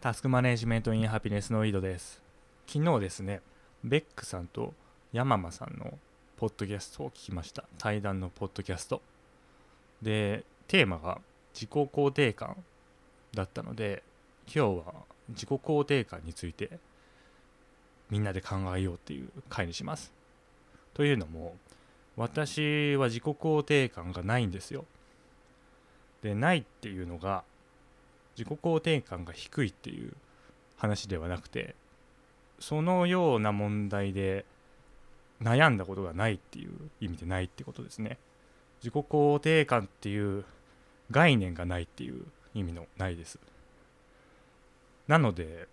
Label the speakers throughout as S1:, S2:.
S1: タスクマネジメントインハピネスの井戸です。昨日ですね、ベックさんとヤママさんのポッドキャストを聞きました。対談のポッドキャストで、テーマが自己肯定感だったので、今日は自己肯定感についてみんなで考えようっていう回にします。というのも、私は自己肯定感がないんですよ。で、ないっていうのが自己肯定感が低いっていう話ではなくて、そのような問題で悩んだことがないっていう意味でないってことですね。自己肯定感っていう概念がないっていう意味のないです。なので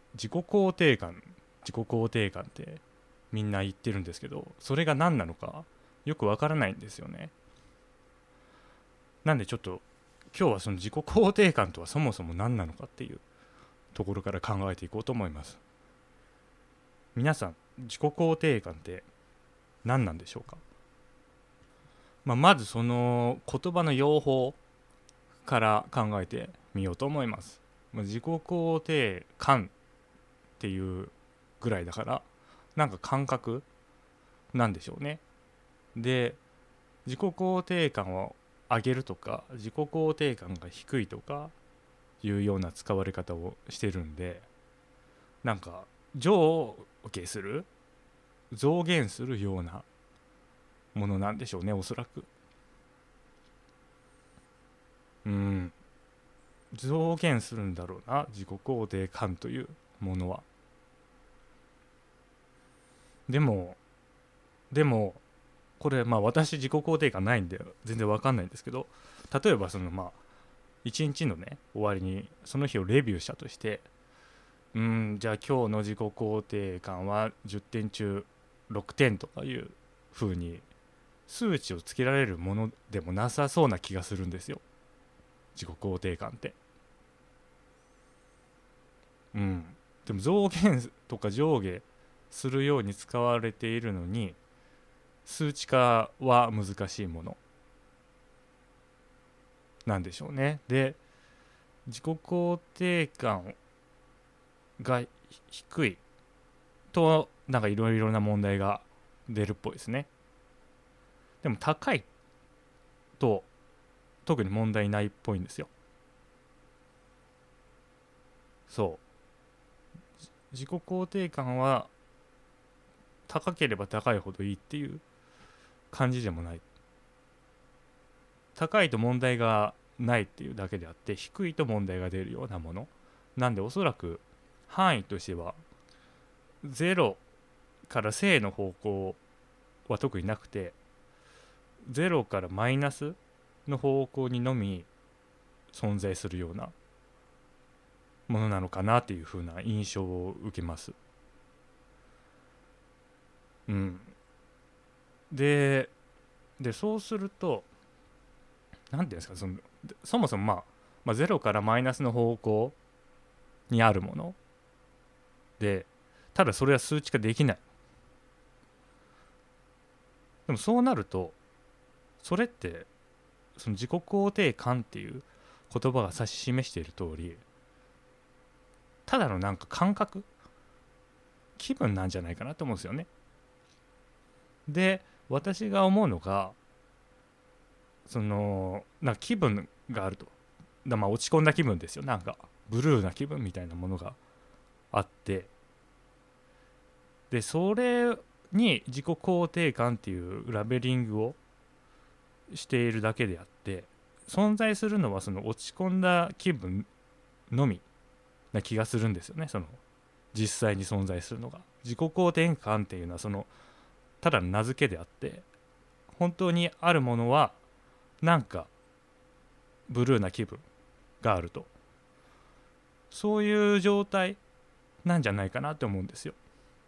S1: 自己肯定感ってみんな言ってるんですけど、それが何なのかよくわからないんですよね。なんでちょっと今日はその自己肯定感とはそもそも何なのかっていうところから考えていこうと思います。皆さん、自己肯定感って何なんでしょうか。まずその言葉の用法から考えてみようと思います。自己肯定感っていうぐらいだからなんか感覚なんでしょうね。で、自己肯定感を上げるとか自己肯定感が低いとかいうような使われ方をしてるんで、なんか上下する増減するようなものなんでしょうね、おそらく。増減するんだろうな、自己肯定感というものは。でもこれ私自己肯定感ないんで全然わかんないんですけど、例えばその一日のね終わりにその日をレビューしたとして、じゃあ今日の自己肯定感は10点中6点とかいう風に数値をつけられるものでもなさそうな気がするんですよ、自己肯定感って。でも増減とか上下するように使われているのに数値化は難しいものなんでしょうね。で、自己肯定感が低いとなんかいろいろな問題が出るっぽいですね。でも高いと特に問題ないっぽいんですよ。自己肯定感は高ければ高いほどいいっていう感じでもない。高いと問題がないっていうだけであって、低いと問題が出るようなものなんで、おそらく範囲としては0から正の方向は特になくて、0からマイナスの方向にのみ存在するようなものなのかなっていう風な印象を受けます。でそうすると何ていうんですか、そもそも0からマイナスの方向にあるもので、ただそれは数値化できない。でもそうなると、それってその自己肯定感っていう言葉が指し示している通り、ただのなんか感覚、気分なんじゃないかなと思うんですよね。で、私が思うのが、なんか気分があると。落ち込んだ気分ですよ。なんかブルーな気分みたいなものがあって、でそれに自己肯定感っていうラベリングをしているだけであって、存在するのはその落ち込んだ気分のみな気がするんですよね。その実際に存在するのが自己肯定感っていうのはそのただの名付けであって、本当にあるものはなんかブルーな気分があると、そういう状態なんじゃないかなって思うんですよ。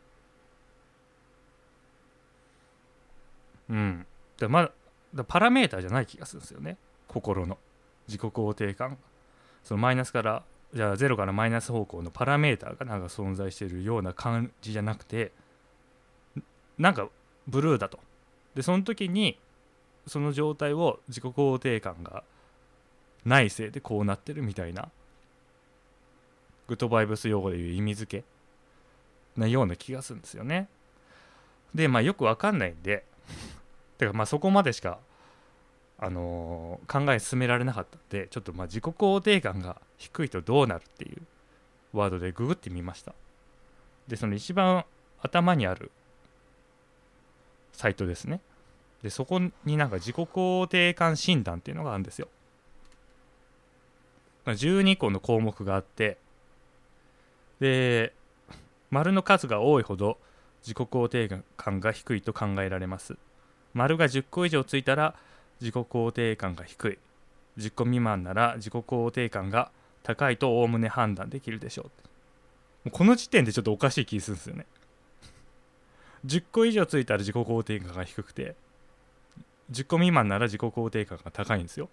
S1: でパラメーターじゃない気がするんですよね、心の自己肯定感。そのマイナスからじゃあ0からマイナス方向のパラメーターがなんか存在しているような感じじゃなくて、なんかブルーだと。でその時にその状態を自己肯定感がないせいでこうなってるみたいなグッドバイブス用語でいう意味付けなような気がするんですよね。でよくわかんないんでてかそこまでしか考え進められなかったんで、ちょっと自己肯定感が低いとどうなるっていうワードでググってみました。でその一番頭にあるサイトですね。でそこに自己肯定感診断っていうのがあるんですよ。12個の項目があって、で丸の数が多いほど自己肯定感が低いと考えられます。丸が10個以上ついたら自己肯定感が低い、10個未満なら自己肯定感が高いとおおむね判断できるでしょう。もうこの時点でちょっとおかしい気するんですよね。10個以上ついたら自己肯定感が低くて、10個未満なら自己肯定感が高いんですよ。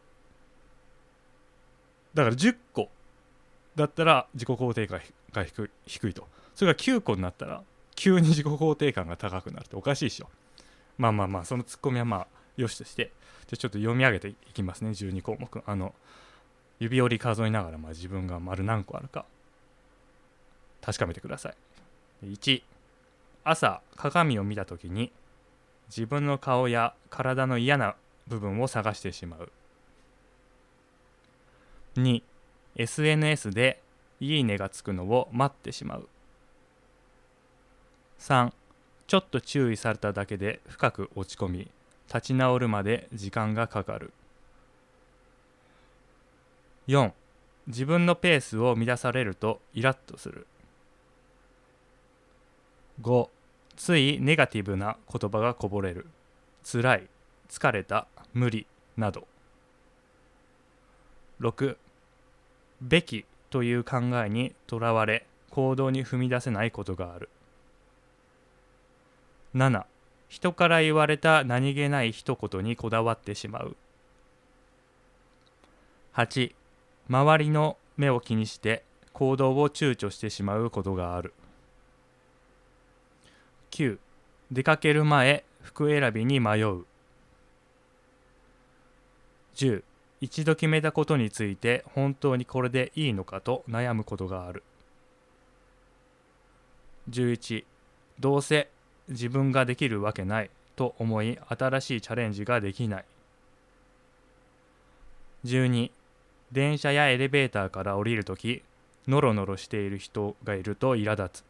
S1: だから10個だったら自己肯定感が低いと、それが9個になったら急に自己肯定感が高くなるっておかしいでしょ。そのツッコミはよしとして、じゃあちょっと読み上げていきますね。12項目指折り数えながら自分が丸何個あるか確かめてください。1、朝鏡を見たときに自分の顔や体の嫌な部分を探してしまう。2、SNS でいいねがつくのを待ってしまう。3、ちょっと注意されただけで深く落ち込み、立ち直るまで時間がかかる。4、自分のペースを乱されるとイラッとする。5、ついネガティブな言葉がこぼれる。辛い、疲れた、無理など。6、べきという考えにとらわれ行動に踏み出せないことがある。7、人から言われた何気ない一言にこだわってしまう。8、周りの目を気にして行動を躊躇してしまうことがある。9、出かける前服選びに迷う。10、一度決めたことについて本当にこれでいいのかと悩むことがある。11、どうせ自分ができるわけないと思い新しいチャレンジができない。12、電車やエレベーターから降りるときノロノロしている人がいると苛立つ。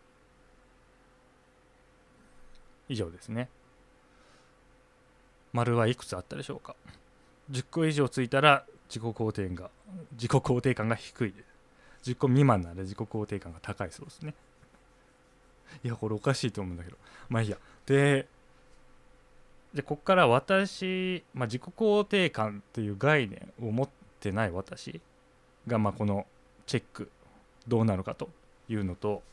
S1: 以上ですね。丸はいくつあったでしょうか。10個以上ついたら自己肯定感が低いです。10個未満なら自己肯定感が高いそうですね。いやこれおかしいと思うんだけど、いいや。でここから私、自己肯定感っていう概念を持ってない私がこのチェックどうなるかというのと、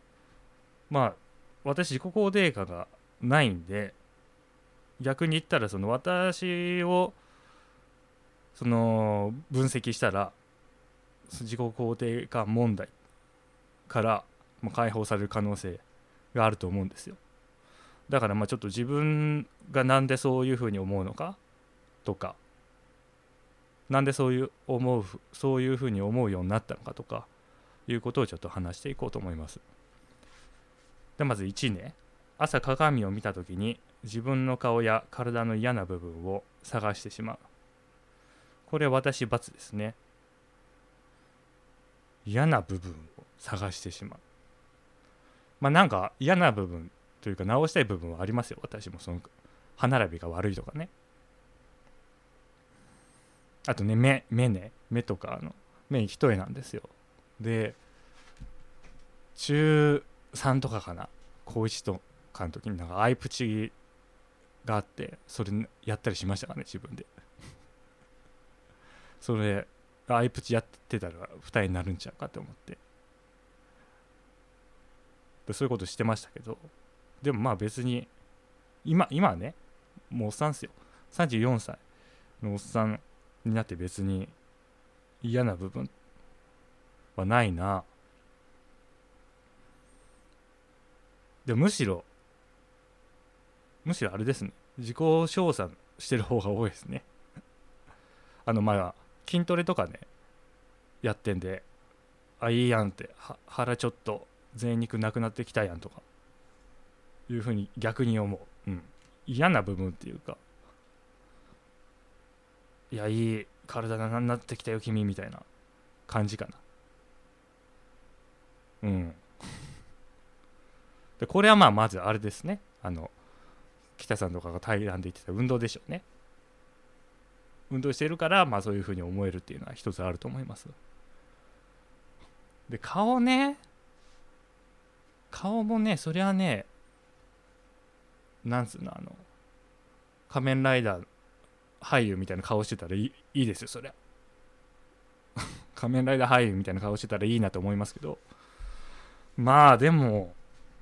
S1: 私自己肯定感がないんで、逆に言ったらその私をその分析したら自己肯定感問題から解放される可能性があると思うんですよ。だからちょっと自分がなんでそういうふうに思うのかとか、なんでそういうふうに思うようになったのかとかいうことをちょっと話していこうと思います。でまず1ね、朝鏡を見たときに自分の顔や体の嫌な部分を探してしまう。これ私×ですね。嫌な部分を探してしまう。嫌な部分というか直したい部分はありますよ。私もその歯並びが悪いとかね。あとね、目とか目一重なんですよ。で中3とかかな、高1とかの時にアイプチがあって、それやったりしましたかね、自分で。それアイプチやってたら二重になるんちゃうかと思って、そういうことしてましたけど、でも別に今はね、もうおっさんですよ。34歳のおっさんになって別に嫌な部分はないな。でむしろあれですね、自己称賛してる方が多いですね。筋トレとかねやってんで、 あいいやんって腹ちょっと贅肉なくなってきたやんとかいうふうに逆に思う、嫌な部分っていうか、いやいい体になってきたよ君みたいな感じかな。でこれはまずあれですね、北さんとかが対談で言ってた運動でしょうね。運動してるからそういうふうに思えるっていうのは一つあると思います。で顔もね、そりゃね、なんつうの、仮面ライダー俳優みたいな顔してたらいいですよ、そりゃ。仮面ライダー俳優みたいな顔してたらいいなと思いますけど、でも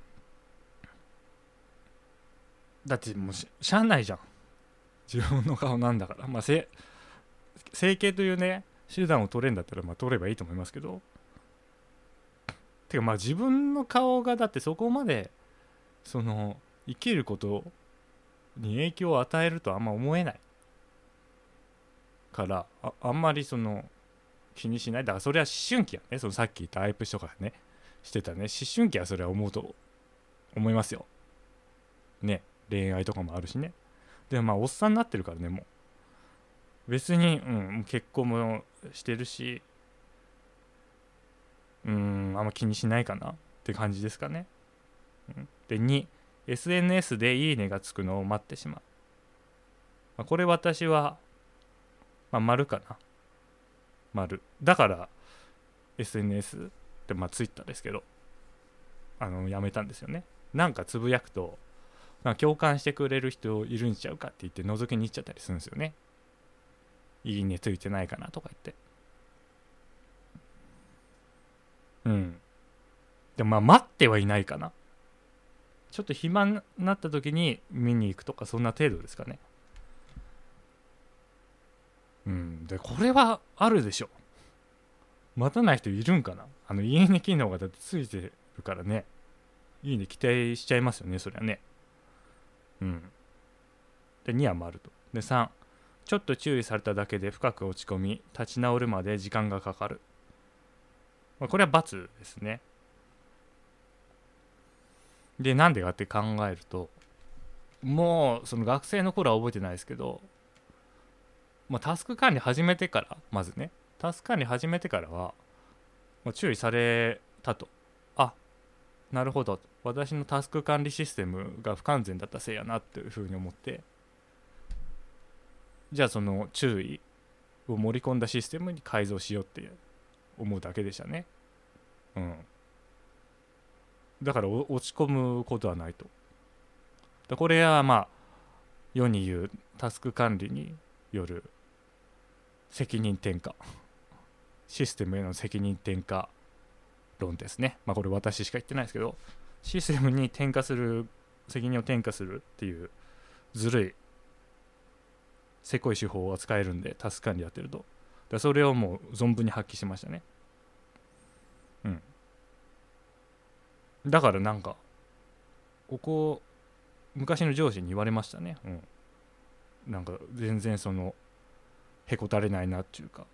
S1: だってもうしゃあないじゃん、自分の顔なんだから。整形というね手段を取れんだったら取ればいいと思いますけど、てか自分の顔がだってそこまでその生きることに影響を与えるとあんま思えないから、あんまり気にしない。だからそれは思春期やね、さっき言ったアイプシとかねしてたね、思春期はそれは思うと思いますよね。恋愛とかもあるしね。でもおっさんになってるからね、もう別に、もう結婚もしてるし、あんま気にしないかなって感じですかね。で2、 SNS でいいねがつくのを待ってしまう。これ私は丸かな。丸だから SNS ってツイッターですけどやめたんですよね。なんかつぶやくと共感してくれる人いるんちゃうかって言って覗きに行っちゃったりするんですよね。いいねついてないかなとか言って。でも待ってはいないかな。ちょっと暇になった時に見に行くとか、そんな程度ですかね。でこれはあるでしょ。待たない人いるんかな。いいね機能がだってついてるからね、いいね期待しちゃいますよね、そりゃね。で2は丸と。で3、ちょっと注意されただけで深く落ち込み立ち直るまで時間がかかる。これは×ですね。でなんでかって考えると、もうその学生の頃は覚えてないですけど、タスク管理始めてから、タスク管理始めてからは注意されたと。なるほど、私のタスク管理システムが不完全だったせいやなっていうふうに思って、じゃあその注意を盛り込んだシステムに改造しようって思うだけでしたね。だから落ち込むことはないと。これは世に言うタスク管理による責任転嫁、システムへの責任転嫁論ですね。これ私しか言ってないですけど、システムに転嫁する、責任を転嫁するっていうずるいせこい手法は使えるんで、タスク管理やってると。それをもう存分に発揮しましたね。だからここ昔の上司に言われましたね。全然へこたれないなっていうか、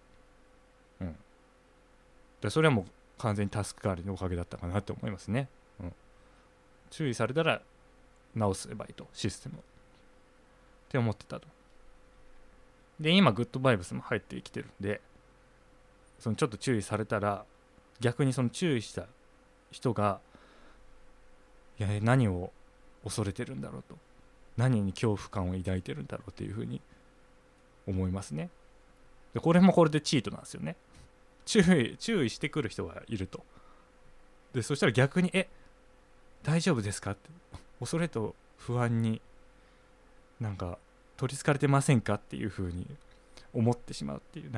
S1: それはもう完全にタスク管理のおかげだったかなって思いますね。注意されたら直せばいいと、システムをって思ってたと。で今グッドバイブスも入ってきてるんで、ちょっと注意されたら逆に注意した人が何を恐れてるんだろうと、何に恐怖感を抱いてるんだろうっていうふうに思いますね。でこれもこれでチートなんですよね。注意してくる人がいると。でそしたら逆に大丈夫ですかって、恐れと不安に取りつかれてませんかっていうふうに思ってしまうっていう、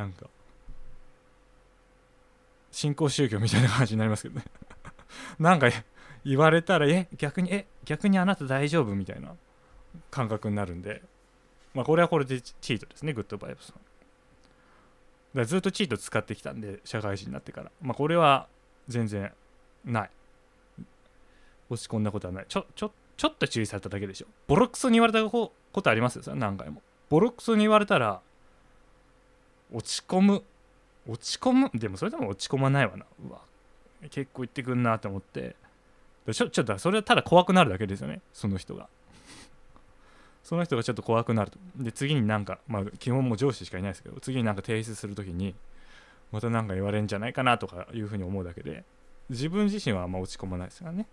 S1: 新興宗教みたいな感じになりますけどね。言われたら逆にあなた大丈夫みたいな感覚になるんで、これはこれでチートですね、グッドバイブスさん。だからずっとチート使ってきたんで、社会人になってから、これは全然ない、落ち込んだことはない。ちょっと注意されただけでしょ。ボロクソに言われたことありますよ、何回も。ボロクソに言われたら落ち込む。でもそれでも落ち込まないわな。うわ結構言ってくんなと思って、ちょっとそれはただ怖くなるだけですよね。その人がちょっと怖くなると。で次になんか、まあ基本もう上司しかいないですけど、次になんか提出するときにまたなんか言われるんじゃないかなとかいうふうに思うだけで、自分自身はあんま落ち込まないですからね、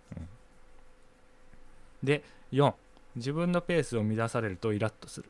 S1: で4、自分のペースを乱されるとイラッとする。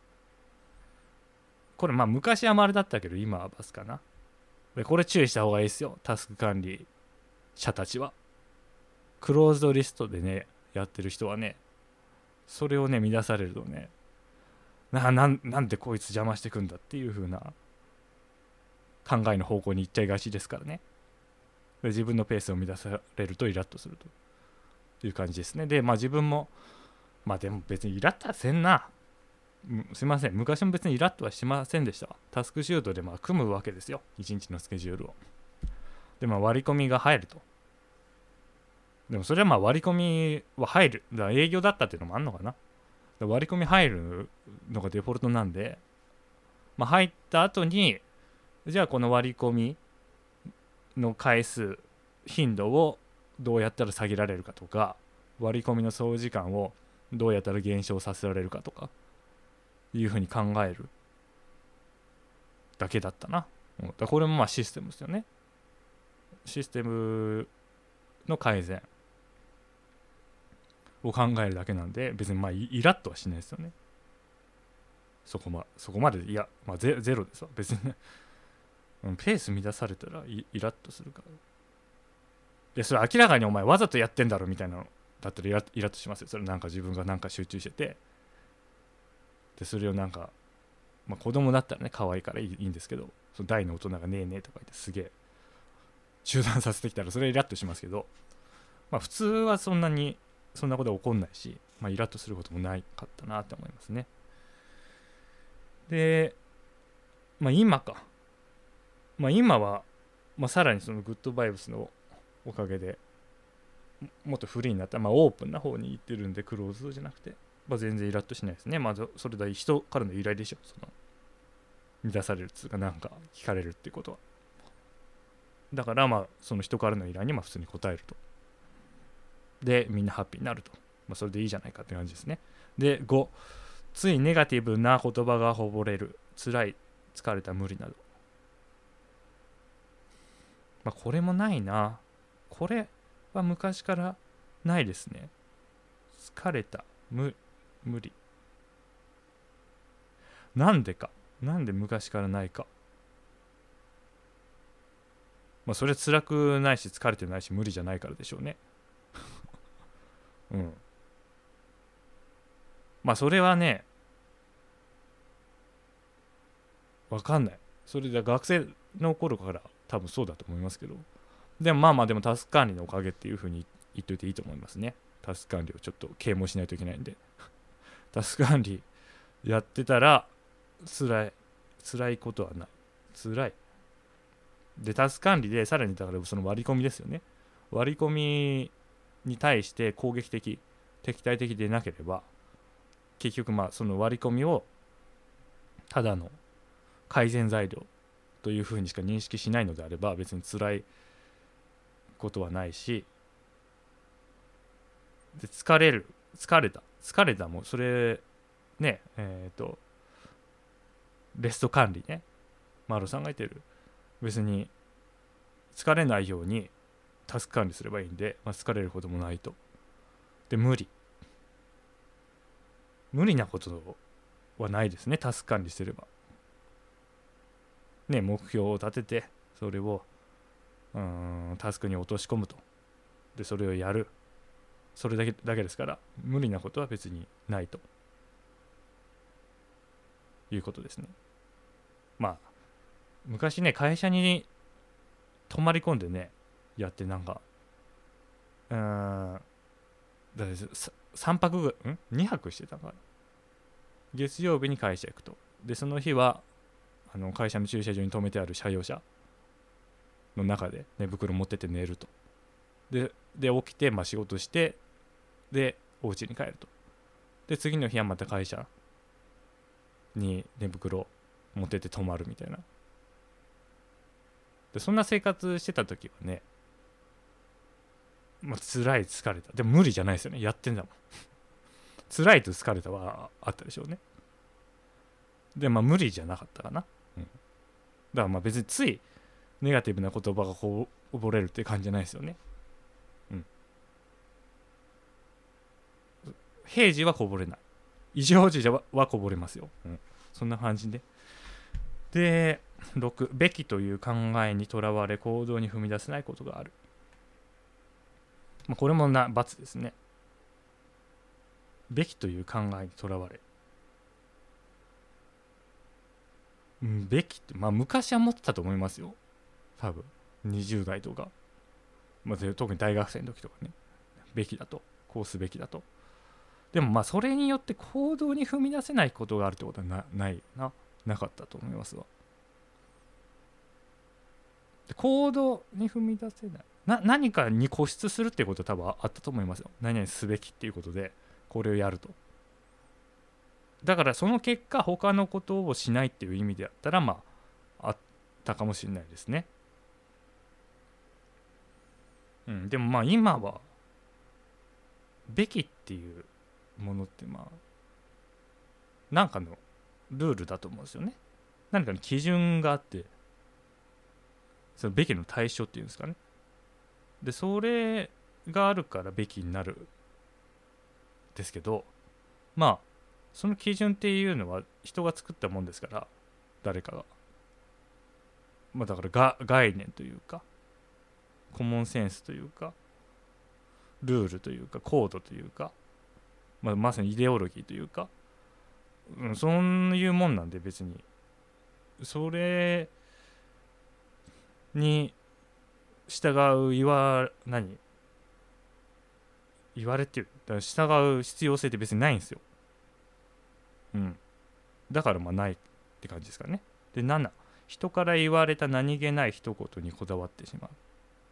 S1: これまあ昔は丸だったけど今はバスかな。でこれ注意した方がいいですよ、タスク管理者たちは。クローズドリストでねやってる人はね、それをね乱されるとね、なんでこいつ邪魔してくんだっていう風な考えの方向に行っちゃいがちですからね。で自分のペースを乱されるとイラッとするという感じですね。でまあ自分もまあでも別にイラッとはせんな。すいません、昔も別にイラッとはしませんでしたわ。タスクシュートでまあ組むわけですよ、一日のスケジュールを。でまあ割り込みが入ると。でもそれはまあ割り込みは入る、だから営業だったっていうのもあんのかな。割り込み入るのがデフォルトなんで、まあ、入った後にじゃあこの割り込みの回数、頻度をどうやったら下げられるかとか、割り込みの総時間をどうやったら減少させられるかとかいうふうに考えるだけだったな。だこれもまあシステムですよね。システムの改善を考えるだけなんで、別にまあイラッとはしないですよね。そこまで、いや、まあ、ゼロですわ別にね。ペース乱されたらイラッとするから。いやそれ明らかにお前わざとやってんだろみたいなのだったらイラッとしますよ。それなんか自分がなんか集中してて、でそれをなんか、まあ、子供だったらね可愛いからいいんですけど、その大の大人がねえねえとか言ってすげえ中断させてきたらそれはイラッとしますけど、まあ普通はそんなことは起こんないし、まあイラッとすることもないかったなって思いますね。でまあ今は、まあ、さらにそのグッドバイブスのおかげでもっとフリーになった、まあ、オープンな方に行ってるんで、クローズドじゃなくて、まあ、全然イラッとしないですね。まずそれだけ人からの依頼でしょ、その乱されるっつうかなんか聞かれるってことは。だからまあその人からの依頼にまあ普通に答えると。でみんなハッピーになると、まあ、それでいいじゃないかって感じですね。で5、ついネガティブな言葉がこぼれる、辛い、疲れた、無理など。まあこれもないな。これは昔からないですね。疲れた、無理。なんで昔からないか。まあそれは辛くないし疲れてないし無理じゃないからでしょうね。まあそれはね、わかんない。それで学生の頃から多分そうだと思いますけど、でもまあでもタスク管理のおかげっていう風に言っといていいと思いますね。タスク管理をちょっと啓蒙しないといけないんでタスク管理やってたら辛いことはない。辛いでタスク管理でさらにだからその割り込みですよね。割り込みに対して攻撃的敵対的でなければ、結局まあその割り込みをただの改善材料というふうにしか認識しないのであれば、別に辛いことはないし、で疲れたもそれね、レスト管理ね、マロさんが言ってる、別に疲れないようにタスク管理すればいいんで、まあ、疲れることもないと。で無理なことはないですね。タスク管理してればね、目標を立ててそれをタスクに落とし込むと。でそれをやる、それだけですから、無理なことは別にないということですね。まあ昔ね会社に泊まり込んでねやって、なんかだ3泊ぐらい2泊してたから、月曜日に会社行くと。でその日は会社の駐車場に止めてある車用車の中で寝袋持ってって寝ると。で起きて、まあ、仕事して、でお家に帰ると。で次の日はまた会社に寝袋持ってって泊まるみたいな。でそんな生活してた時はね、 まあ、辛い疲れたでも無理じゃないですよね、やってんだもん。辛いと疲れたはあったでしょうね。でまあ無理じゃなかったかな、だからまあ別についネガティブな言葉がこぼれるって感じじゃないですよね。平時はこぼれない、異常時はこぼれますよ、そんな感じで。で6、べきという考えにとらわれ行動に踏み出せないことがある。これも×ですね。べきという考えにとらわれ、べきって、昔は持ってたと思いますよ、多分20代とか、特に大学生の時とかね、べきだと、こうすべきだと。でもそれによって行動に踏み出せないことがあるってことはなかったと思いますわ。で行動に踏み出せない何かに固執するっていうことは多分あったと思いますよ。何々すべきっていうことでこれをやると。だからその結果他のことをしないっていう意味であったらあったかもしれないですね。でも今はべきっていうものって何かのルールだと思うんですよね。何かの基準があって、そのべきの対象っていうんですかね。でそれがあるからべきになるですけど、その基準っていうのは人が作ったもんですから、誰かがだから概念というかコモンセンスというかルールというかコードというか、まさにイデオロギーというか、そういうもんなんで、別にそれに従う言われっていうだから従う必要性って別にないんですよ。だからないって感じですかね。で7、人から言われた何気ない一言にこだわってしまう。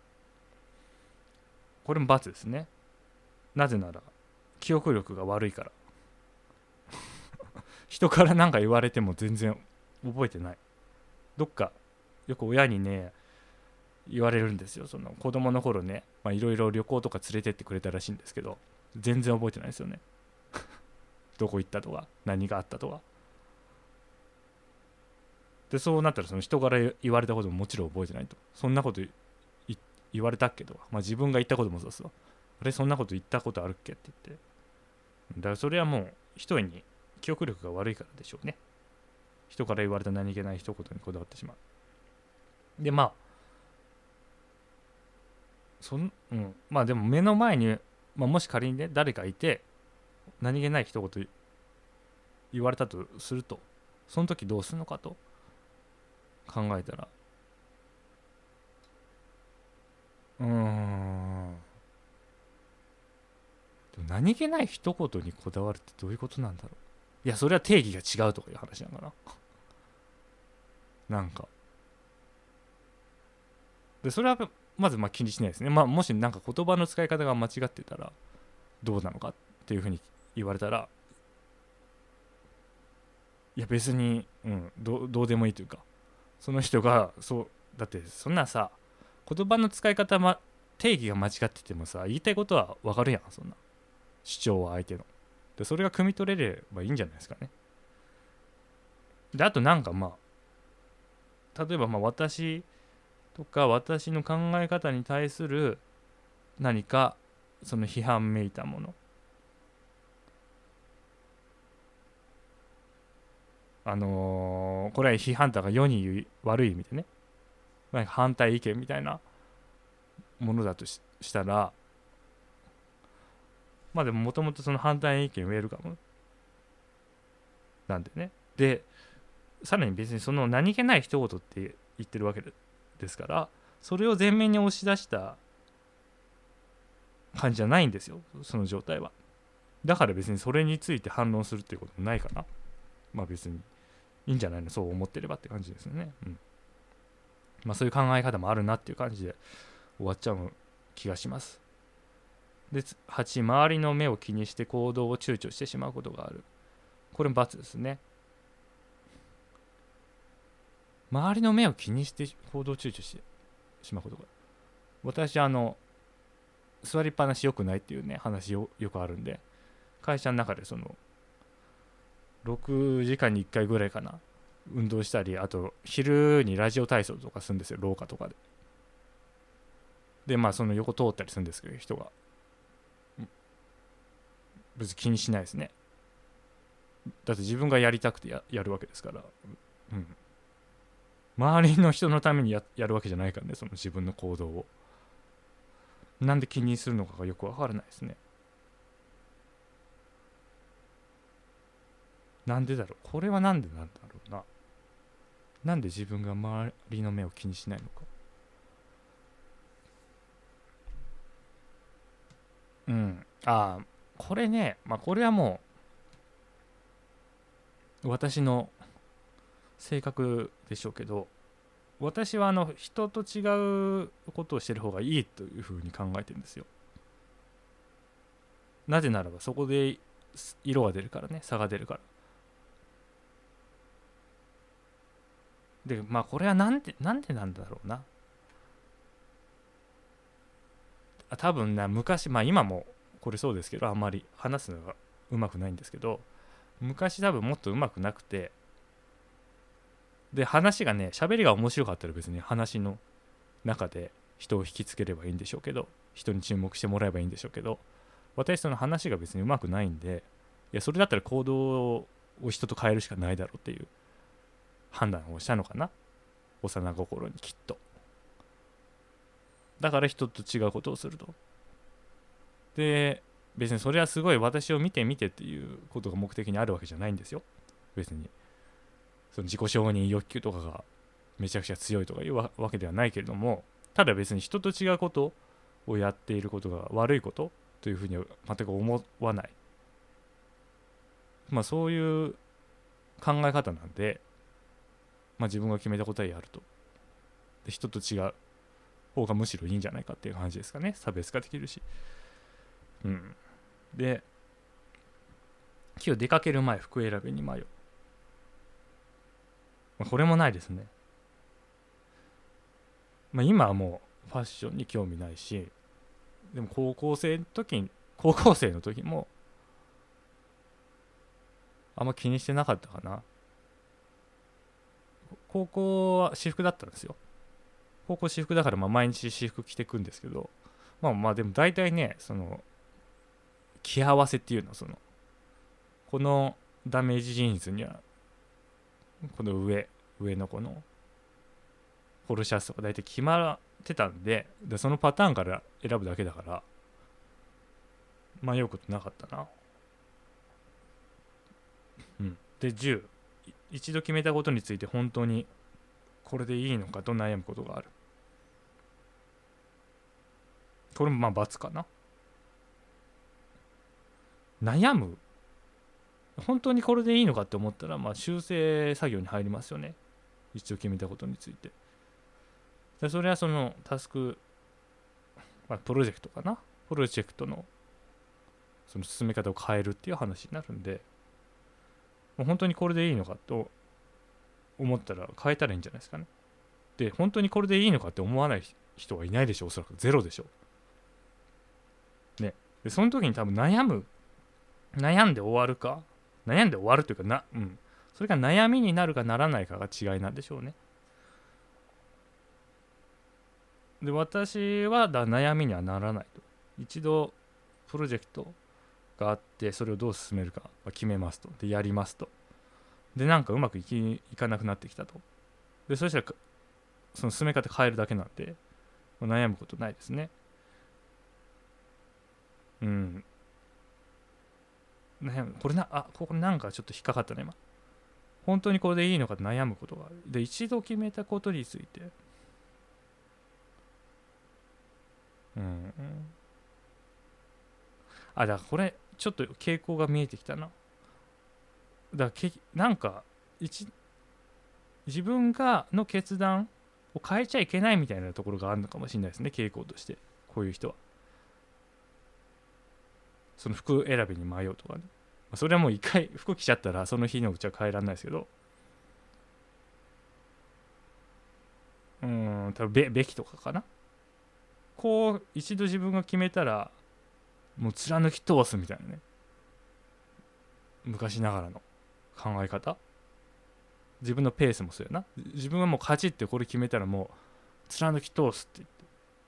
S1: これも×ですね。なぜなら記憶力が悪いから。人から何か言われても全然覚えてない。どっかよく親にね言われるんですよ。その子供の頃ね、いろいろ旅行とか連れてってくれたらしいんですけど、全然覚えてないですよね。どこ行ったとか何があったとかで、そうなったらその人から言われたことももちろん覚えてないと。そんなこと言われたっけとか、自分が言ったこともそうですわ。あれそんなこと言ったことあるっけって言って、だからそれはもう一重に記憶力が悪いからでしょうね。人から言われた何気ない一言にこだわってしまう。ででも目の前に、もし仮にね誰かいて何気ない一言言われたとすると、その時どうするのかと考えたら、何気ない一言にこだわるってどういうことなんだろう。いやそれは定義が違うとかいう話なのかな。なんかでそれはまず気にしないですね。もしなんか言葉の使い方が間違ってたらどうなのかっていうふうに言われたら、いや別に、どうでもいいというか、その人がだってそんなさ、言葉の使い方、定義が間違っててもさ、言いたいことは分かるやん。そんな主張は相手ので、それが汲み取れればいいんじゃないですかね。であと例えば私とか私の考え方に対する何かその批判めいたもの、これは批判とか世に言う悪い意味でね、反対意見みたいなものだとしたら、でももともとその反対意見ウェルカムなんでね。でさらに別にその何気ない一言って言ってるわけですから、それを前面に押し出した感じじゃないんですよ、その状態は。だから別にそれについて反論するっていうこともないかな。別にいいんじゃないの、そう思ってればって感じですよね。そういう考え方もあるなっていう感じで終わっちゃう気がします。で8、周りの目を気にして行動を躊躇してしまうことがある。これも×ですね。周りの目を気にして行動を躊躇してしまうことがある。私座りっぱなし良くないっていうね話よくあるんで、会社の中でその6時間に1回ぐらいかな運動したり、あと昼にラジオ体操とかするんですよ、廊下とかで。でまあその横通ったりするんですけど、人が別に気にしないですね。だって自分がやりたくてやるわけですから、うん、周りの人のためにやるわけじゃないからね、その自分の行動を。なんで気にするのかがよくわからないですね。なんでだろう、これはなんでなんだろうな。なんで自分が周りの目を気にしないのか。ああ、これね、まあこれはもう私の性格でしょうけど、私は人と違うことをしてる方がいいというふうに考えてるんですよ。なぜならばそこで色が出るからね、差が出るから。でまあこれはなんでなんだろうな。多分な、昔、まあ今もこれそうですけど、あんまり話すのがうまくないんですけど、昔多分もっとうまくなくて、で話がね、喋りが面白かったら別に話の中で人を引きつければいいんでしょうけど、人に注目してもらえばいいんでしょうけど、私その話が別にうまくないんで、いやそれだったら行動を人と変えるしかないだろうっていう判断をしたのかな、幼心にきっと。だから人と違うことをすると。で別にそれはすごい私を見てっていうことが目的にあるわけじゃないんですよ。別にその自己承認欲求とかがめちゃくちゃ強いとかいうわけではないけれども、ただ別に人と違うことをやっていることが悪いことというふうには全く思わない、まあそういう考え方なんで、まあ自分が決めたことはやると。で人と違う方がむしろいいんじゃないかっていう感じですかね。差別化できるし。で今日出かける前、服選びに迷う、これもないですね。今はもうファッションに興味ないし、でも高校生の時もあんま気にしてなかったかな。高校は私服だったんですよ。高校私服だから毎日私服着てくんですけど、でも大体ね、その着合わせっていうの、このダメージジーンズにはこの上のこのポロシャツとか大体決まってたんで、そのパターンから選ぶだけだから迷うことなかったな。で10、一度決めたことについて本当にこれでいいのかと悩むことがある。これも×かな。悩む、本当にこれでいいのかって思ったら修正作業に入りますよね、一度決めたことについて。でそれはそのタスク、プロジェクトかな、プロジェクトのその進め方を変えるっていう話になるんで、もう本当にこれでいいのかと思ったら変えたらいいんじゃないですかね。で本当にこれでいいのかって思わない人はいないでしょう、おそらくゼロでしょうね。でその時に多分悩んで終わるか、悩んで終わるというかそれが悩みになるかならないかが違いなんでしょうね。で私は悩みにはならないと。一度プロジェクトがあってそれをどう進めるか決めますと。でやりますと。でなんかうまくいかなくなってきたと。でそしたらその進め方変えるだけなんで悩むことないですね。これここなんかちょっと引っかかったね今。本当にこれでいいのか悩むことがある。で一度決めたことについてだからこれちょっと傾向が見えてきたな。だからなんか自分の決断を変えちゃいけないみたいなところがあるのかもしれないですね、傾向として。こういう人はその服選びに迷うとかね、それはもう一回服着ちゃったらその日のうちは変えられないですけど、多分べきとかかな。 こう一度自分が決めたらもう貫き通すみたいなね、昔ながらの考え方。自分のペースもそうやな。自分はもう勝ちってこれ決めたらもう貫き通すって言って、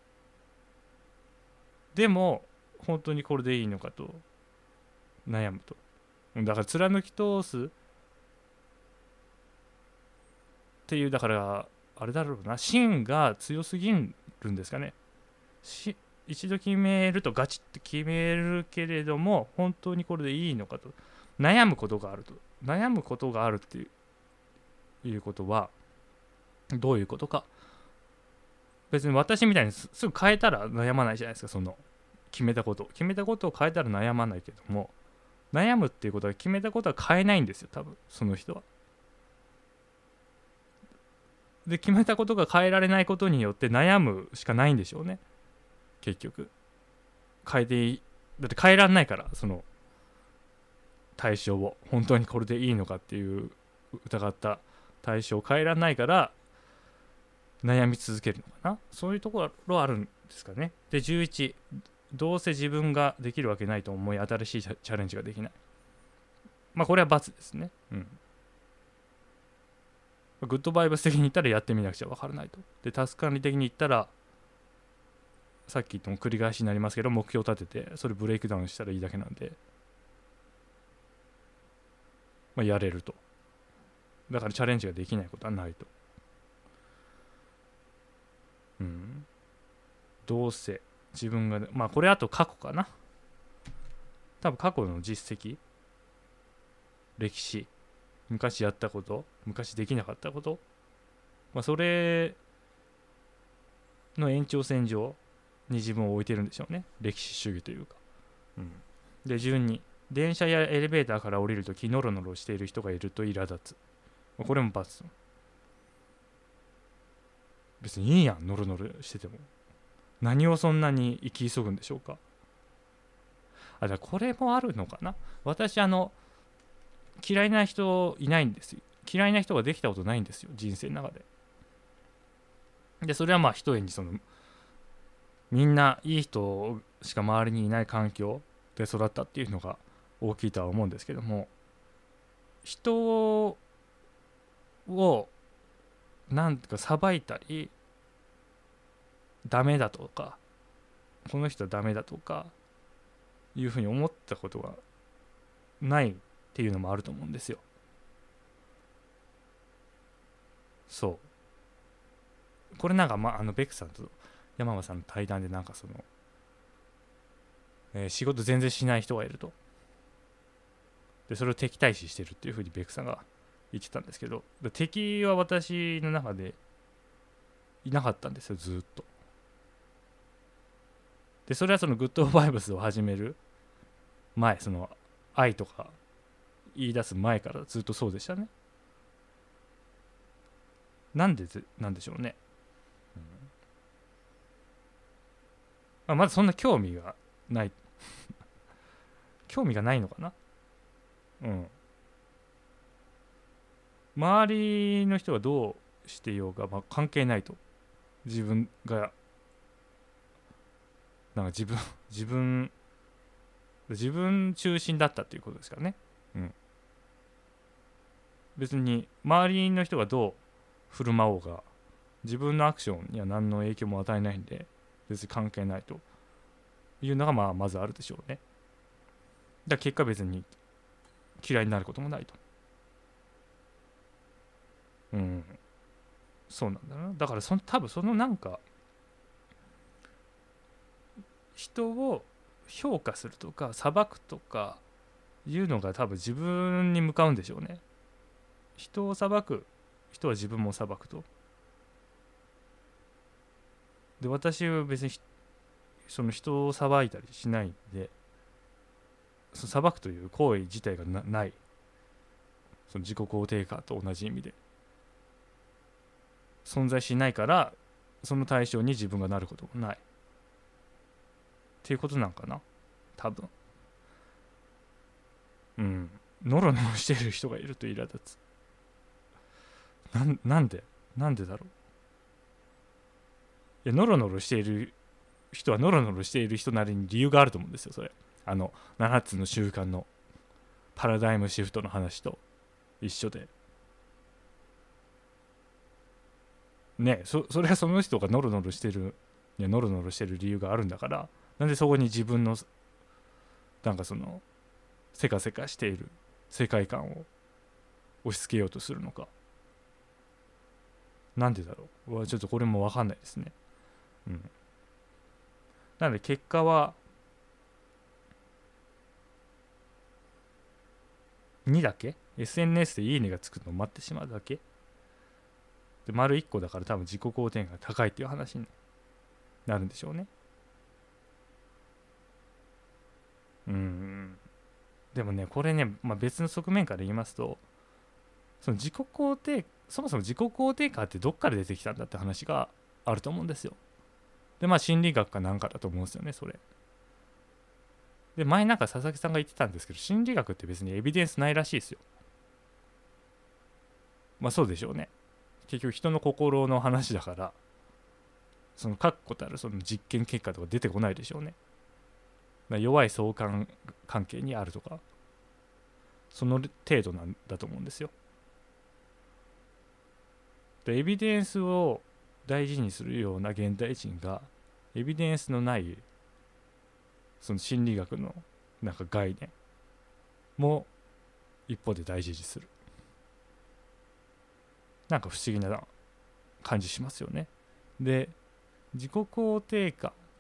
S1: でも本当にこれでいいのかと悩むと。だから貫き通すっていう、だからあれだろうな、芯が強すぎるんですかね。一度決めるとガチッと決めるけれども本当にこれでいいのかと悩むことがあると。悩むことがあるっていうことはどういうことか。別に私みたいにすぐ変えたら悩まないじゃないですか。その決めたことを変えたら悩まないけども、悩むっていうことは決めたことは変えないんですよ、多分その人は。で決めたことが変えられないことによって悩むしかないんでしょうね、結局。変えていい、だって変えられないから、その対象を本当にこれでいいのかっていう疑った対象を変えられないから悩み続けるのかな。そういうところあるんですかね。で11、どうせ自分ができるわけないと思い新しいチャレンジができない。まあこれは×ですね。グッドバイブス的に言ったらやってみなくちゃ分からないと。でタスク管理的に言ったらさっき言っても繰り返しになりますけど、目標を立ててそれブレイクダウンしたらいいだけなんで、まあ、やれると。だからチャレンジができないことはないと。どうせ自分が、まあこれあと過去かな。多分過去の実績、歴史、昔やったこと、昔できなかったこと、まあそれの延長線上に自分を置いてるんでしょうね、歴史主義というか。で12、電車やエレベーターから降りるときノロノロしている人がいると苛立つ。これも×。別にいいやん、ノロノロしてても。何をそんなに生き急ぐんでしょうか。だからこれもあるのかな。私嫌いな人いないんですよ。嫌いな人ができたことないんですよ、人生の中で。でそれはまあ一重にみんないい人しか周りにいない環境で育ったっていうのが大きいとは思うんですけども、人をなんとか裁いたりダメだとかこの人はダメだとかいうふうに思ったことがないっていうのもあると思うんですよ。そうこれなんかベックさんと山間さんの対談でなんか仕事全然しない人がいると。でそれを敵対視してるっていうふうにベックさんが言ってたんですけど、敵は私の中でいなかったんですよ、ずっと。でそれはグッドバイブスを始める前、愛とか言い出す前からずっとそうでしたね。なんでしょうね。まずそんな興味がない興味がないのかな。周りの人がどうしていようが、関係ないと。自分がなんか自分中心だったっていうことですからね。別に周りの人がどう振る舞おうが自分のアクションには何の影響も与えないんで別に関係ないというのがまずあるでしょうね。だから結果別に嫌いになることもないと。そうなんだな。だから多分なんか人を評価するとか裁くとかいうのが多分自分に向かうんでしょうね。人を裁く人は自分も裁くと。で私は別に人を裁いたりしないんで、裁くという行為自体がない。自己肯定感と同じ意味で存在しないから、その対象に自分がなることもないっていうことなんかな、多分。ノロノロしてる人がいると苛立つ。なんでだろう。いやノロノロしている人はノロノロしている人なりに理由があると思うんですよ。それ7つの習慣のパラダイムシフトの話と一緒でね。それはその人がノロノロしてるノロノロしてる理由があるんだから、なんでそこに自分のなんかそのせかせかしている世界観を押し付けようとするのか。なんでだろう、ちょっとこれも分かんないですね。なので結果は2だけ SNS でいいねがつくのを待ってしまうだけで、丸1個だから多分自己肯定感が高いっていう話になるんでしょうね。でもねこれね、別の側面から言いますと、そのそもそも自己肯定感ってどっから出てきたんだって話があると思うんですよ。で心理学かなんかだと思うんですよねそれで。前なんか佐々木さんが言ってたんですけど、心理学って別にエビデンスないらしいですよ。そうでしょうね。結局人の心の話だから、その確固たるその実験結果とか出てこないでしょうね。弱い相関関係にあるとか、その程度なんだと思うんですよ。でエビデンスを大事にするような現代人がエビデンスのないその心理学のなんか概念も一方で大事にする、なんか不思議な感じしますよね。で自己肯定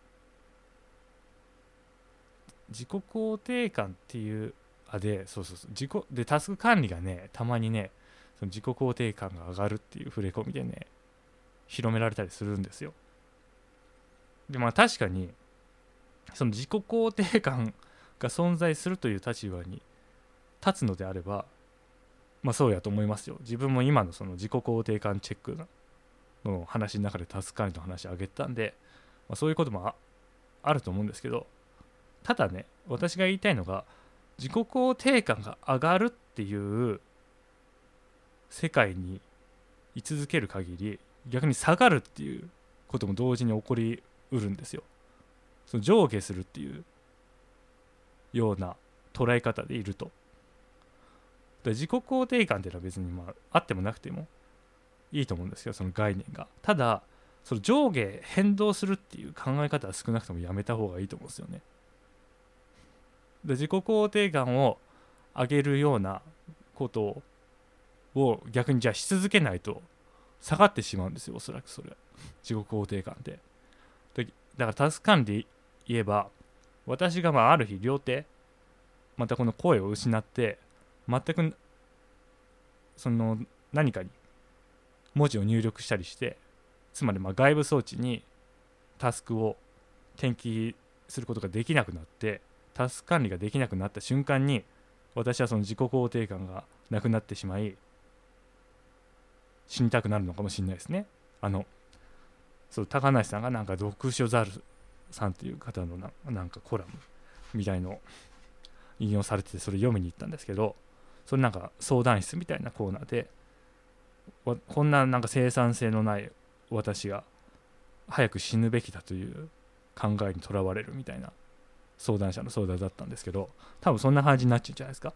S1: 感っていうそう自己でタスク管理がね、たまにねその自己肯定感が上がるっていう触れ込みでね広められたりするんですよ。で確かにその自己肯定感が存在するという立場に立つのであればそうやと思いますよ。自分も今のその自己肯定感チェックの話の中でタスク管理の話を挙げたんで、そういうこともあると思うんですけど、ただね私が言いたいのが、自己肯定感が上がるっていう世界に居続ける限り逆に下がるっていうことも同時に起こりうるんですよ。その上下するっていうような捉え方でいると。自己肯定感っていうのは別にあってもなくてもいいと思うんですよ、その概念が。ただその上下変動するっていう考え方は少なくともやめた方がいいと思うんですよね。で自己肯定感を上げるようなことを逆にじゃあし続けないと下がってしまうんですよ、おそらくそれ自己肯定感で。だからタスク管理言えば、私がある日両手またこの声を失って全くその何かに文字を入力したりして、つまり外部装置にタスクを転記することができなくなって、タスク管理ができなくなった瞬間に私はその自己肯定感がなくなってしまい死にたくなるのかもしれないですね。そう高梨さんがなんか読書ザルさんっていう方のなんかコラムみたいの引用されてて、それ読みに行ったんですけど、それなんか相談室みたいなコーナーで、こんななんか生産性のない私が早く死ぬべきだという考えにとらわれるみたいな相談者の相談だったんですけど、多分そんな感じになっちゃうんじゃないですか。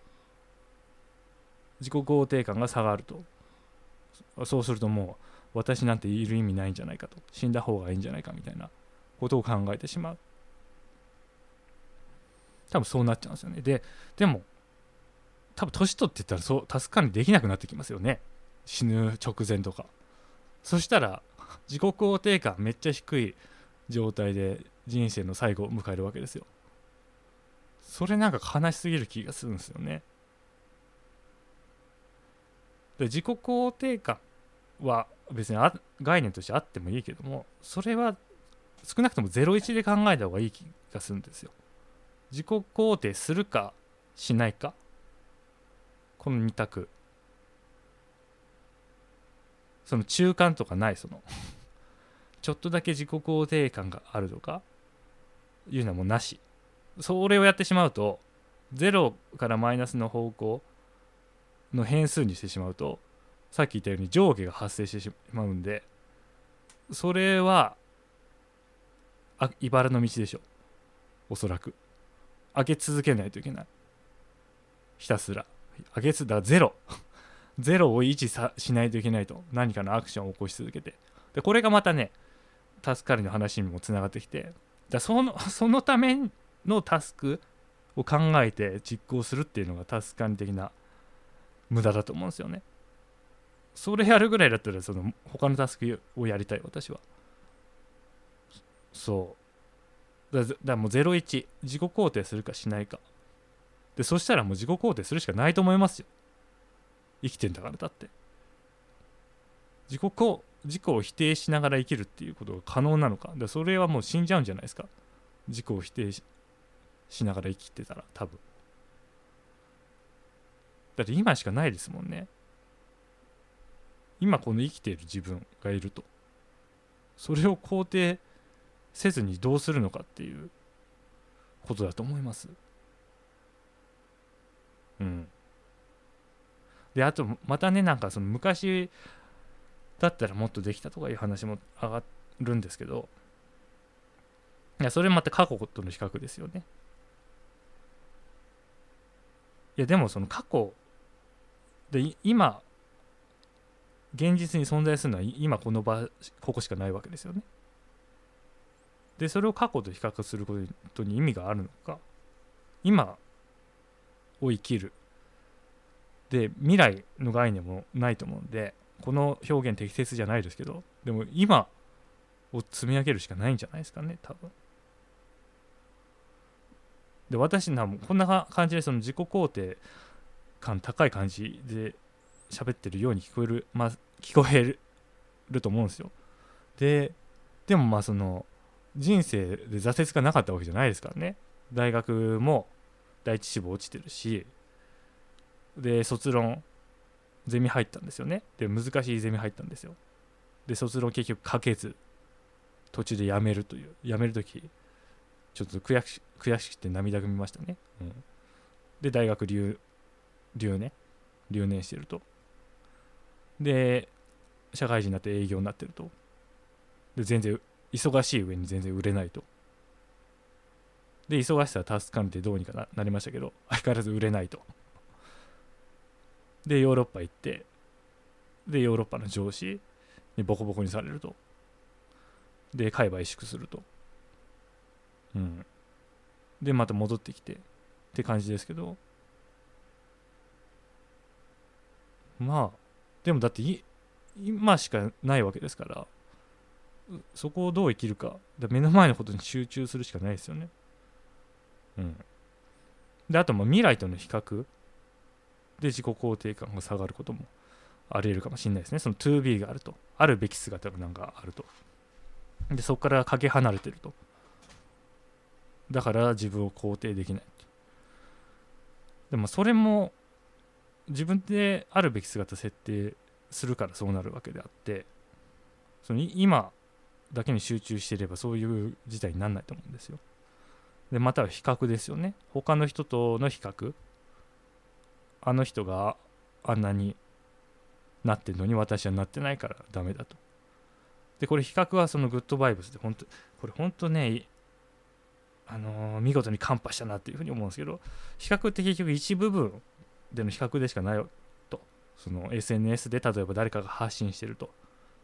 S1: 自己肯定感が下がると、そうするともう私なんている意味ないんじゃないかと、死んだ方がいいんじゃないかみたいなことを考えてしまう。多分そうなっちゃうんですよね。でも多分年取っていったらそうタスク管理できなくなってきますよね、死ぬ直前とか。そしたら自己肯定感めっちゃ低い状態で人生の最後を迎えるわけですよ。それなんか悲しすぎる気がするんですよね。で自己肯定感は別に概念としてあってもいいけども、それは少なくとも01で考えた方がいい気がするんですよ。自己肯定するかしないか、この2択。その中間とかない、そのちょっとだけ自己肯定感があるとかいうのはもうなし。それをやってしまうと0からマイナスの方向の変数にしてしまうと、さっき言ったように上下が発生してしまうんで、それは茨の道でしょ、おそらく。上げ続けないといけない。ひたすら上げだからゼロを維持しないといけないと。何かのアクションを起こし続けて、でこれがまたねタスク管理の話にもつながってきて、そのためのタスクを考えて実行するっていうのがタスク管理的な無駄だと思うんですよね。それやるぐらいだったら他のタスクをやりたい、私は。そうだもう01、自己肯定するかしないかで、そしたらもう自己肯定するしかないと思いますよ。生きてんだから。だって自己を否定しながら生きるっていうことが可能なのか。それはもう死んじゃうんじゃないですか、自己を否定 しながら生きてたら。多分だって今しかないですもんね。今この生きている自分がいると、それを肯定せずにどうするのかっていうことだと思います。であとまたね、なんか昔だったらもっとできたとかいう話も上がるんですけど、いやそれまた過去との比較ですよね。いやでも過去で今現実に存在するのは今この場ここしかないわけですよね。でそれを過去と比較することに意味があるのか。今を生きるで未来の概念もないと思うんで、この表現適切じゃないですけど、でも今を積み上げるしかないんじゃないですかね、多分。で私もこんな感じで自己肯定感高い感じで喋ってるように聞こえると思うんですよ。でも人生で挫折がなかったわけじゃないですからね。大学も第一志望落ちてるし、で卒論ゼミ入ったんですよね。で難しいゼミ入ったんですよ。で卒論結局書けず途中で辞めるという、辞めるときちょっと悔しくて涙ぐみましたね。で大学留年してると。で社会人になって営業になってると。で全然忙しい上に全然売れないと。で忙しさはタスク管理でどうにか なりましたけど、相変わらず売れないと。でヨーロッパ行って、でヨーロッパの上司にボコボコにされると。で海馬萎縮すると。でまた戻ってきてって感じですけど、まあでもだって今しかないわけですから、そこをどう生きるか、目の前のことに集中するしかないですよね。であと未来との比較で自己肯定感が下がることもあり得るかもしれないですね。to be があると、あるべき姿がなんかあると。でそこからかけ離れてると。だから自分を肯定できない。でもそれも自分であるべき姿設定するからそうなるわけであって、今だけに集中していればそういう事態にならないと思うんですよ。でまたは比較ですよね。他の人との比較。あの人があんなになってるのに私はなってないからダメだと。でこれ比較はグッドバイブスでこれ本当ね、見事にカンパしたなっていうふうに思うんですけど、比較って結局一部分での比較でしかないと。SNS で例えば誰かが発信してると、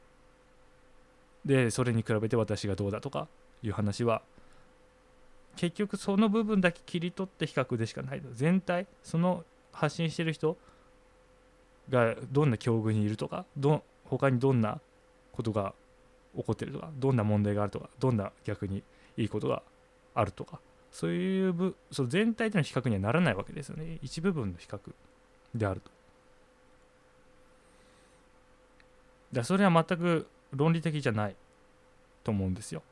S1: でそれに比べて私がどうだとかいう話は結局その部分だけ切り取って比較でしかないと。全体、発信してる人がどんな境遇にいるとか、他にどんなことが起こってるとか、どんな問題があるとか、どんな逆にいいことがあるとか、そういう全体での比較にはならないわけですよね。一部分の比較であると。それは全く論理的じゃないと思うんですよ。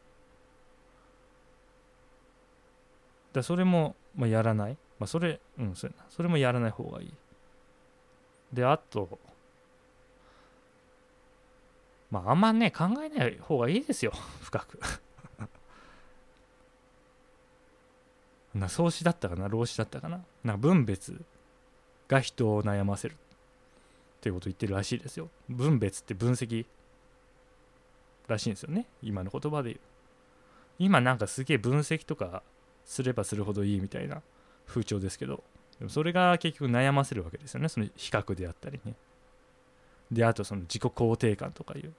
S1: それもやらない、それもやらない方がいい。であとあんまね考えない方がいいですよ、深く創始だったかな、老子だったかな、分別が人を悩ませるっていうことを言ってるらしいですよ。分別って分析らしいんですよね、今の言葉で言う。 今なんかすげえ分析とかすればするほどいいみたいな風潮ですけど、でもそれが結局悩ませるわけですよね。その比較であったりね。であとその自己肯定感とかいう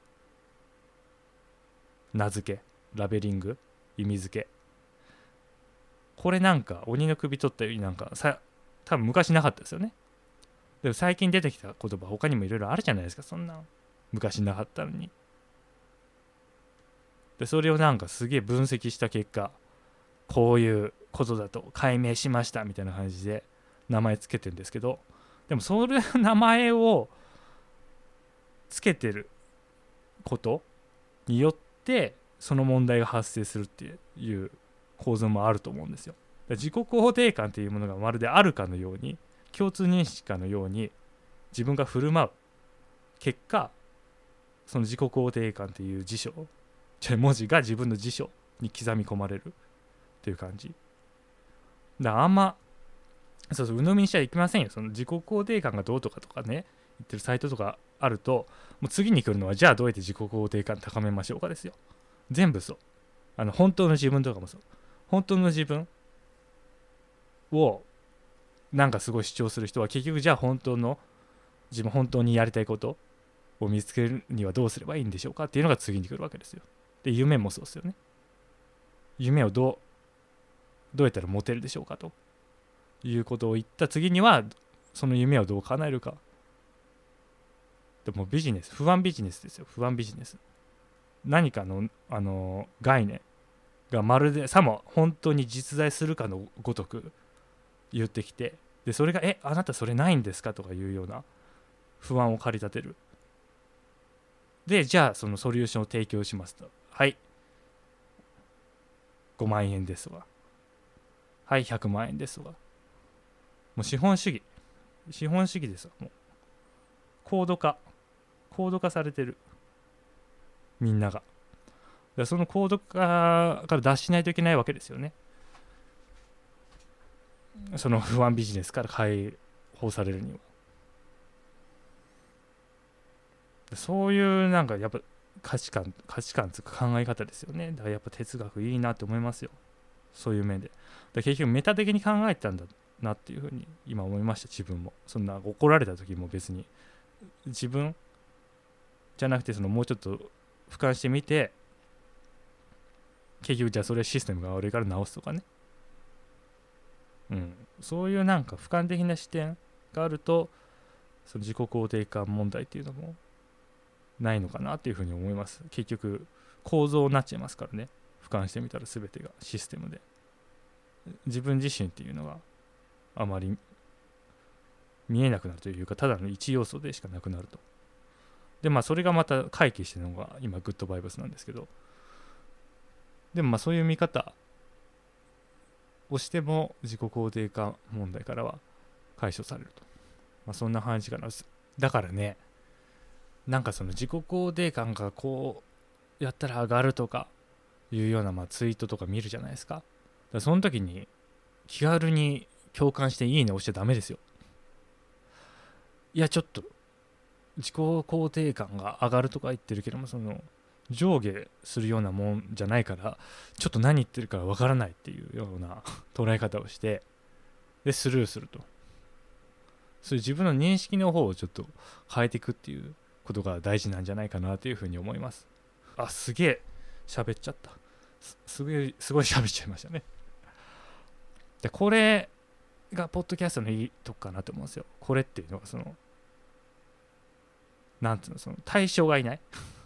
S1: 名付け、ラベリング、意味付け、これなんか鬼の首取ったようになんか多分昔なかったですよね。でも最近出てきた言葉他にもいろいろあるじゃないですか。そんな昔なかったのに。でそれをなんかすげえ分析した結果、こういうことだと解明しましたみたいな感じで名前つけてるんですけど、でもそれ名前をつけてることによってその問題が発生するっていう構造もあると思うんですよ。自己肯定感というものがまるであるかのように、共通認識かのように自分が振る舞う結果、その自己肯定感という文字が自分の辞書に刻み込まれるっていう感じだから、あんま鵜呑みにしちゃいけませんよ。その自己肯定感がどうとかね言ってるサイトとかあると、もう次に来るのはじゃあどうやって自己肯定感高めましょうかですよ。全部そう。本当の自分とかもそう。本当の自分をなんかすごい主張する人は結局じゃあ本当にやりたいことを見つけるにはどうすればいいんでしょうかっていうのが次に来るわけですよ。で夢もそうですよね。夢をどうやったら持てるでしょうかということを言った次には、その夢をどう叶えるか。でも不安ビジネスですよ。不安ビジネス。何かの、概念がまるでさも本当に実在するかのごとく言ってきて、でそれがあなたそれないんですかとかいうような不安を駆り立てる。でじゃあそのソリューションを提供しますと、はい5万円ですわ、はい100万円ですわ。もう資本主義ですわ。もう高度化されてる、みんなが。その高度化から脱しないといけないわけですよね。その不安ビジネスから解放されるには。そういうなんかやっぱ価値観というか考え方ですよね。だからやっぱ哲学いいなって思いますよ。そういう面で。結局メタ的に考えてたんだなっていうふうに今思いました。自分もそんな怒られた時も別に自分じゃなくて、もうちょっと俯瞰してみて、結局じゃあそれシステムが悪いから直すとかね、そういうなんか俯瞰的な視点があると、その自己肯定感問題っていうのもないのかなっていうふうに思います。結局構造になっちゃいますからね。俯瞰してみたら全てがシステムで、自分自身っていうのがあまり見えなくなるというか、ただの一要素でしかなくなると。でそれがまた回帰してるのが今グッドバイブスなんですけど、でもそういう見方をしても自己肯定感問題からは解消されると、そんな感じかな。だからね、なんかその自己肯定感がこうやったら上がるとかいうようなツイートとか見るじゃないですか。だからその時に気軽に共感していいね押しちゃダメですよ。いやちょっと自己肯定感が上がるとか言ってるけども、その上下するようなもんじゃないから、ちょっと何言ってるかわからないっていうような捉え方をして、でスルーすると。そういう自分の認識の方をちょっと変えていくっていうことが大事なんじゃないかなというふうに思います。すげえ喋っちゃった。すごい喋っちゃいましたね。でこれがポッドキャストのいいとこかなと思うんですよ。これっていうのはなんていうの、その対象がいない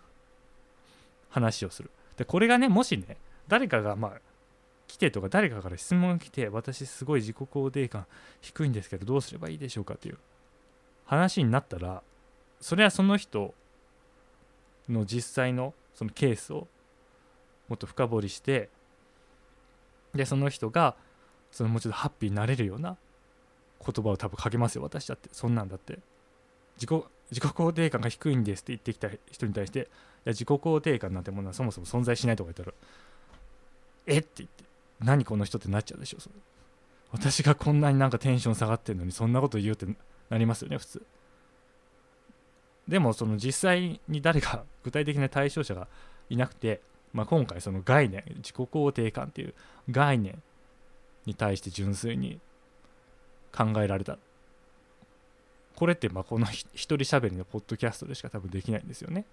S1: 話をする。でこれがね、もしね誰かが来てとか、誰かから質問が来て、私すごい自己肯定感低いんですけどどうすればいいでしょうかっていう話になったら、それはその人の実際のそのケースをもっと深掘りして、でその人がもうちょっとハッピーになれるような言葉を多分かけますよ。私だってそんなんだって自己肯定感が低いんですって言ってきた人に対して、いや自己肯定感なんてものはそもそも存在しないとか言ったら、って言って、何この人ってなっちゃうでしょ。私がこんなになんかテンション下がってるのにそんなこと言うってなりますよね、普通。でもその実際に誰か具体的な対象者がいなくて、 今回その概念、自己肯定感っていう概念に対して純粋に考えられた。これってこの一人喋りのポッドキャストでしか多分できないんですよね。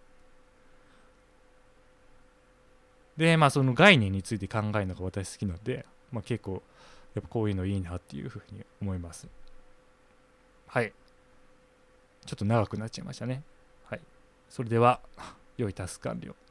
S1: でその概念について考えるのが私好きなので、結構やっぱこういうのいいなっていうふうに思います。はい。ちょっと長くなっちゃいましたね。はい。それでは良いタスク完了。